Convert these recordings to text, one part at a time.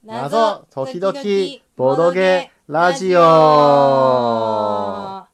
謎時々ボドゲラジオ。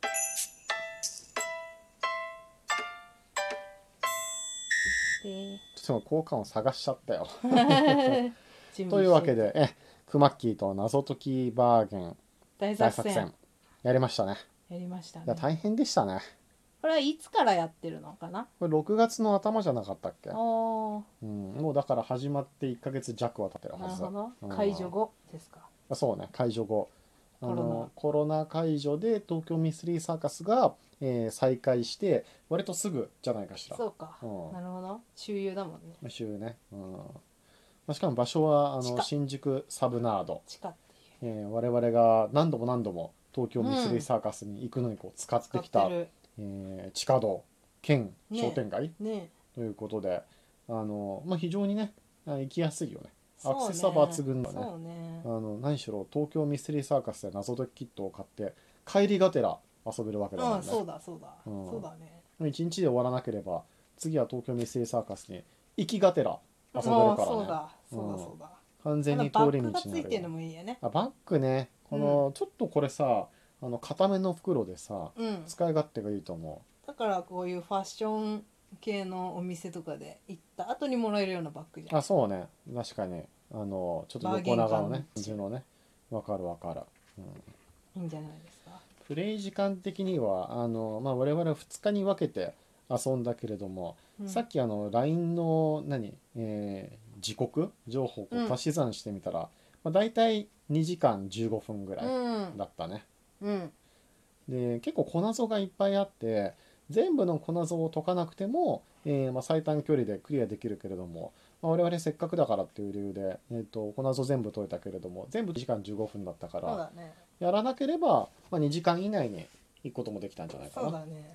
ちょっと効果音探しちゃったよというわけでクマッキーと謎解きバーゲン大作戦やりましたね。 やりましたね。 いや大変でしたね。 これはいつからやってるのかな。 これ6月の頭じゃなかったっけ。 おー、 もうだから始まって1ヶ月弱は経ってるはず。 なるほど、解除後ですか。 そうね、解除後コロナ解除で東京ミステリーサーカスが、再開して割とすぐじゃないかしら。 そうか、なるほど、周遊だもんね。 周遊ね、しかも場所は新宿サブナード。 地下っていう、 我々が何度も東京ミステリーサーカスに行くのにこう使ってきた、地下道兼商店街、ということで非常にね行きやすいよね。アクセスは抜群だね。何しろ東京ミステリーサーカスで謎解きキットを買って帰りがてら遊べるわけだもんね。 そうだね。 1日で終わらなければ次は東京ミステリーサーカスに行きがてら遊べるからね。 そうだ。 完全に通り道になる。 バッグがついてるのもいいよね。 バッグね、この、ちょっとこれさ固めの袋でさ、使い勝手がいいと思う。だからこういうファッション系のお店とかで行った後にもらえるようなバッグじゃん。 そうね、確かにちょっと横長のね感じのね、わかる、 いいんじゃないですか。 プレイ時間的には我々2日に分けて遊んだけれども、さっきLINE の時刻情報を足し算してみたら、だいたい2時間15分ぐらいだったね。で結構粉謎がいっぱいあって全部の粉謎を解かなくても、最短距離でクリアできるけれども、我々せっかくだからっていう理由で、粉謎全部解いたけれども全部2時間15分だったから、やらなければ、2時間以内に行くこともできたんじゃないかな。そうだね。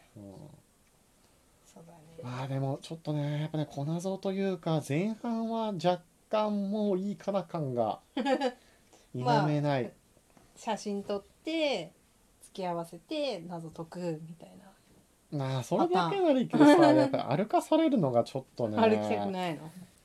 でもちょっとねやっぱね粉謎というか前半は若干もういいかな感が否めない、 写真撮って付き合わせて謎解くみたいな。 それだけならいいけどさやっぱり歩かされるのがちょっとね。 歩きたくない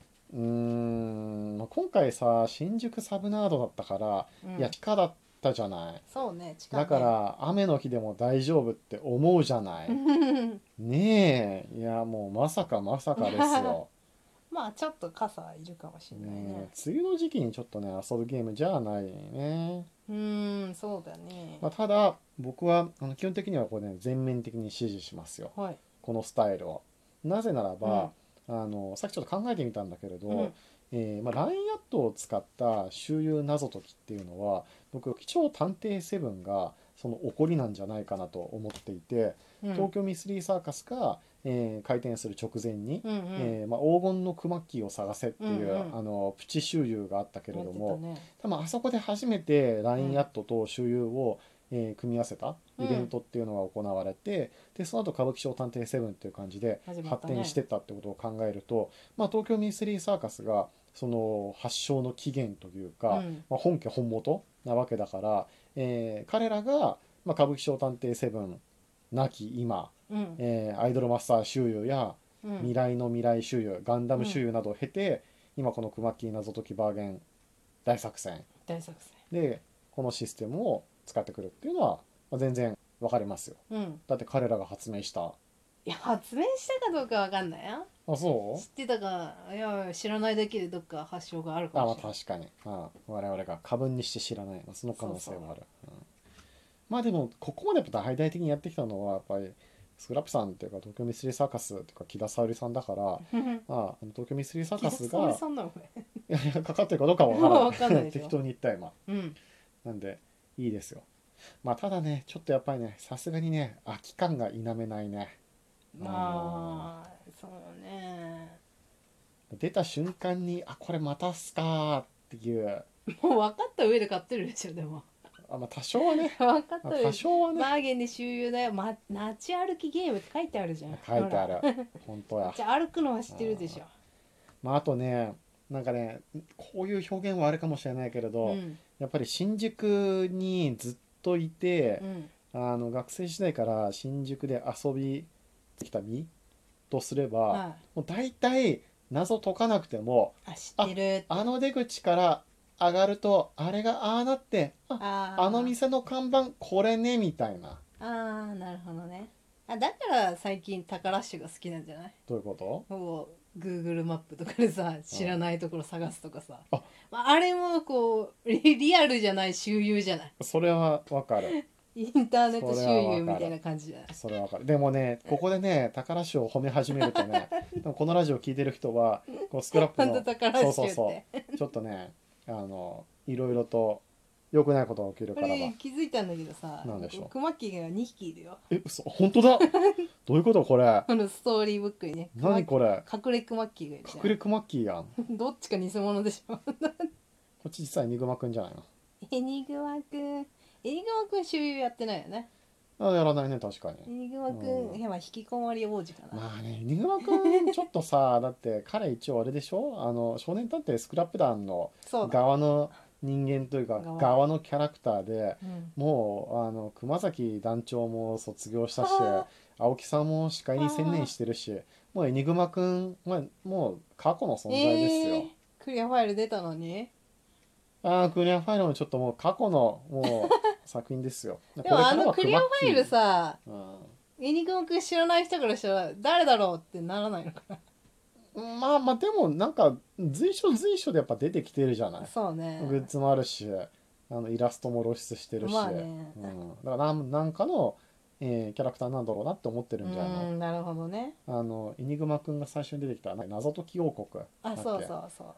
の。今回さ新宿サブナードだったから、いや地下だったじゃない。 そうね、地下ね。だから雨の日でも大丈夫って思うじゃないねえ、いやもうまさかですよちょっと傘はいるかもしれないね。 梅雨の時期にちょっこの遊ぶゲームじゃないね。 そうだね。 ただ僕は基本的にはこれね全面的に支持しますよ、このスタイルを。なぜならば、さっきちょっと考えてみたんだけれど、ラインアットを使った周遊謎解きっていうのは僕超探偵セブンがその起こりなんじゃないかなと思っていて、東京ミステリーサーカスが、開店する直前に、黄金のクマッキーを探せっていう、プチ周遊があったけれども、多分あそこで初めてラインアットと周遊を、組み合わせたイベントっていうのが行われて、でその後歌舞伎町探偵セブンっていう感じで発展してったってことを考えると、東京ミステリーサーカスがその発祥の起源というか、本家本元なわけだから、彼らが、歌舞伎町探偵セブン亡き今、アイドルマスター周遊や、未来の未来周遊ガンダム周遊などを経て、今このクマッキー謎解きバーゲン大作戦でこのシステムを使ってくるっていうのは、全然わかりますよ、だって彼らが発明した。 いや発明したかどうかわかんないよ。 そう知ってたか、いや知らないだけでどっか発祥があるかもしれない。 確かに、我々が過分にして知らない、その可能性はある。でもここまで大々的にやってきたのはやっぱりスクラップさんっていうか東京ミステリーサーカスっていうか木田沙織さんだから東京ミステリーサーカスがいやかかってるかどうかは分からない適当に言った今、なんでいいですよ。ただねちょっとやっぱりねさすがにね空き感が否めないね。 そうね。 出た瞬間にこれまたすかっていう、 もう分かった上で買ってるでしょ。でも多少はね分かった上で多少はね。 バーゲンで周遊だよ、街歩きゲームって書いてあるじゃん。 書いてある本当や。 じゃあ歩くのは知ってるでしょ。 あとねなんかねこういう表現はあるかもしれないけれど、やっぱり新宿にずっといて、学生時代から新宿で遊びきた身とすれば、もう大体謎解かなくても知ってるあの出口から上がるとあれがああなって、あの店店の看板これねみたいな。 なるほどね。だから最近タカラッシュが好きなんじゃない？ どういうこと？ もう Google マップとかでさ、知らないところ探すとかさ、 ああれもこうリアルじゃない周遊じゃない？ それはわかる。 インターネット周遊みたいな感じじゃない？ それはわかる。でもね、ここでね、宝賞を褒め始めるとね、でもこのラジオ聞いてる人は、こうスクラップの、そうちょっとね、いろいろと良くないことが起きるこかられ気づいたんだけどさ、 なんでしょう。 クマキが2匹いるよ。 嘘、本当だ。どういうことこれ。 このストーリーブックにね。 何これ。 隠れクマッキーがいるじゃん。 隠れクマッキーやん。 どっちか偽物でしょ。こっち実はエニグマくんじゃないの。 エニグマくん。エニグマくん周遊やってないよね。 やらないね、確かに。 エニグマくん、引きこもり王子かな。 まあね、エニグマくんちょっとさ、だって彼一応あれでしょ、少年探偵スクラップ団の側の人間というか側のキャラクターで、もう熊崎団長も卒業したし、青木さんも司会に専念してるし、もうエニグマくん、もう過去の存在ですよ。 クリアファイル出たのに。 クリアファイルもちょっともう過去のもう作品ですよ。 でもクリアファイルさ、エニグマくん知らない人からしたら誰だろうってならないのかな。 まあでもなんか随所でやっぱ出てきてるじゃない。 そうね。 グッズもあるし、イラストも露出してるし、だからなんかの、キャラクターなんだろうなって思ってるんじゃないの。 なるほどね。 エニグマくんが最初に出てきた謎解き王国。 そうそうそう。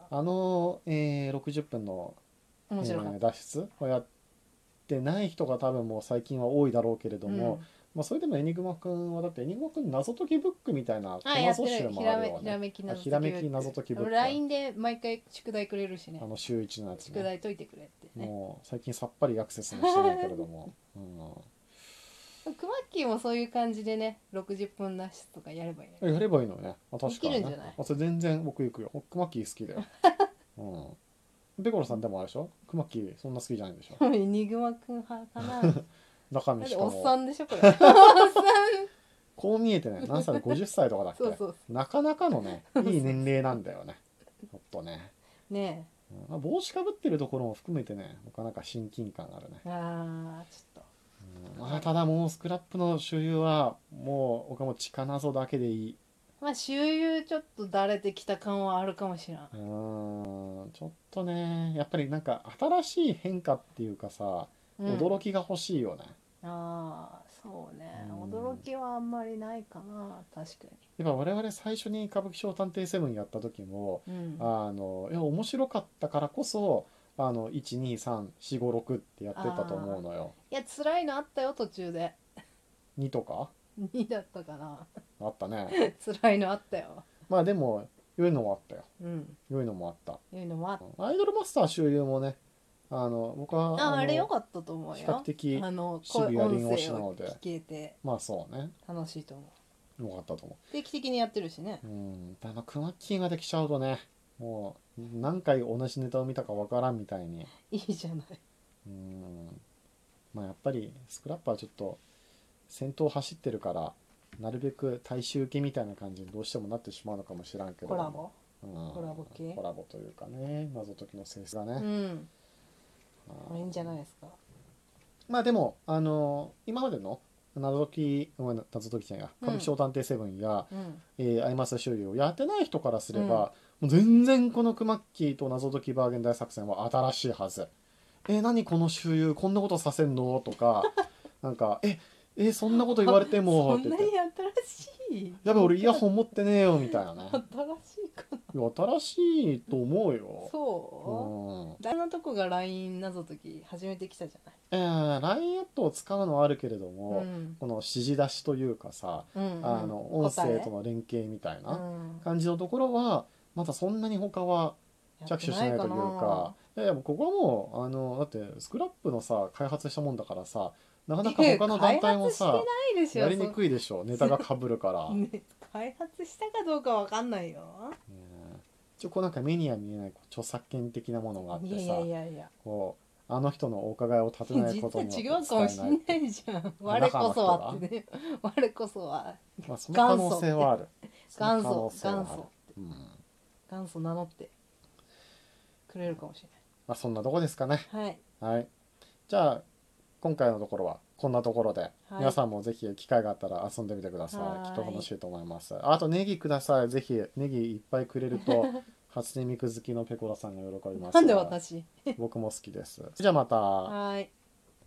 60分の、脱出をやってない人が多分もう最近は多いだろうけれども、それでもエニグマくんはだってエニグマくん謎解きブックみたいな謎集もあるよね。 ひらめき謎解きブック。 LINE で毎回宿題くれるしね。 週1のやつ、 宿題解いてくれってね。 もう最近さっぱりアクセスもしてないけれども。 クマッキーもそういう感じでね、60分脱出とかやればいいね。やればいいのよね。確かに、ね。 できるんじゃない？ それ全然僕行くよ。クマッキー好きだよ。ペコロさんでもあれでしょ？クマッキーそんな好きじゃないんでしょ？ エニグマくん派かな。 中身しかもおっさんでしょこれ。 こう見えてね、何歳で50歳とかだっけ。なかなかのね、いい年齢なんだよね。ちょっとね。 ねえ。帽子かぶってるところも含めてね、なかなか親近感あるね。 ちょっと。ただもうスクラップの周遊はもう僕はもう地下謎だけでいい。 周遊ちょっとだれてきた感はあるかもしれない。 ちょっとね、やっぱりなんか新しい変化っていうかさ、驚きが欲しいよね。 そうね、驚きはあんまりないかな。確かにやっぱ我々最初に歌舞伎町探偵セブンやった時も、いや面白かったからこそ12345ってやってたと思うのよ。 いや辛いのあったよ途中で。 2とか 2だったかな。 あったね。 辛いのあったよ。 まあでも良いのもあったよ。良いのもあった。 良いのもあった。 アイドルマスター周遊もね、僕はあれ良かったと思うよ。 比較的渋谷林推しなので聞けてまあそうね、 楽しいと思う。良かったと思う。 定期的にやってるしね。 ただクマッキーができちゃうとね、もう何回同じネタを見たかわからんみたいに。 いいじゃない。 まあやっぱりスクラップはちょっと先頭走ってるからなるべく大衆受けみたいな感じにどうしてもなってしまうのかもしれんけど、 コラボ系、 コラボというかね、謎解きの性質がね、 いいんじゃないですか。 まあでも今までの謎解きじゃないや、歌舞伎町探偵セブンや、アイマス周遊をやってない人からすれば、もう全然このクマッキーと謎解きバーゲン大作戦は新しいはず。何この周遊こんなことさせんのとかなんかそんなこと言われてもそんなに新しい、 やべ俺イヤホン持ってねえよみたいなね。 新しいかな。新しいと思うよ。 そう、誰のとこが LINE 謎解き始めてきたじゃない。LINE アットを使うのはあるけれども、この指示出しというかさ、音声との連携みたいな感じのところはまだそんなに他は着手しないというか、ここはもうだってスクラップのさ開発したもんだからさ、なかなか他の団体もさやりにくいでしょ、ネタが被るから、 開発したかどうかわかんないよ。 こうなんか目には見えない著作権的なものがあってさ、こうあの人のお伺いを立てないことに実は違うかもしれないじゃん。我こそはってね。我こそは。 まあその可能性はある。 元祖元祖名乗ってくれるかもしれない。 まあそんなとこですかね。 はい。 はい。じゃあ今回のところはこんなところで、皆さんもぜひ機会があったら遊んでみてください。きっと楽しいと思います。あとネギください。ぜひネギいっぱいくれると初音ミク好きのペコラさんが喜びます。 なんで私？ 僕も好きです。じゃあまた。 はい。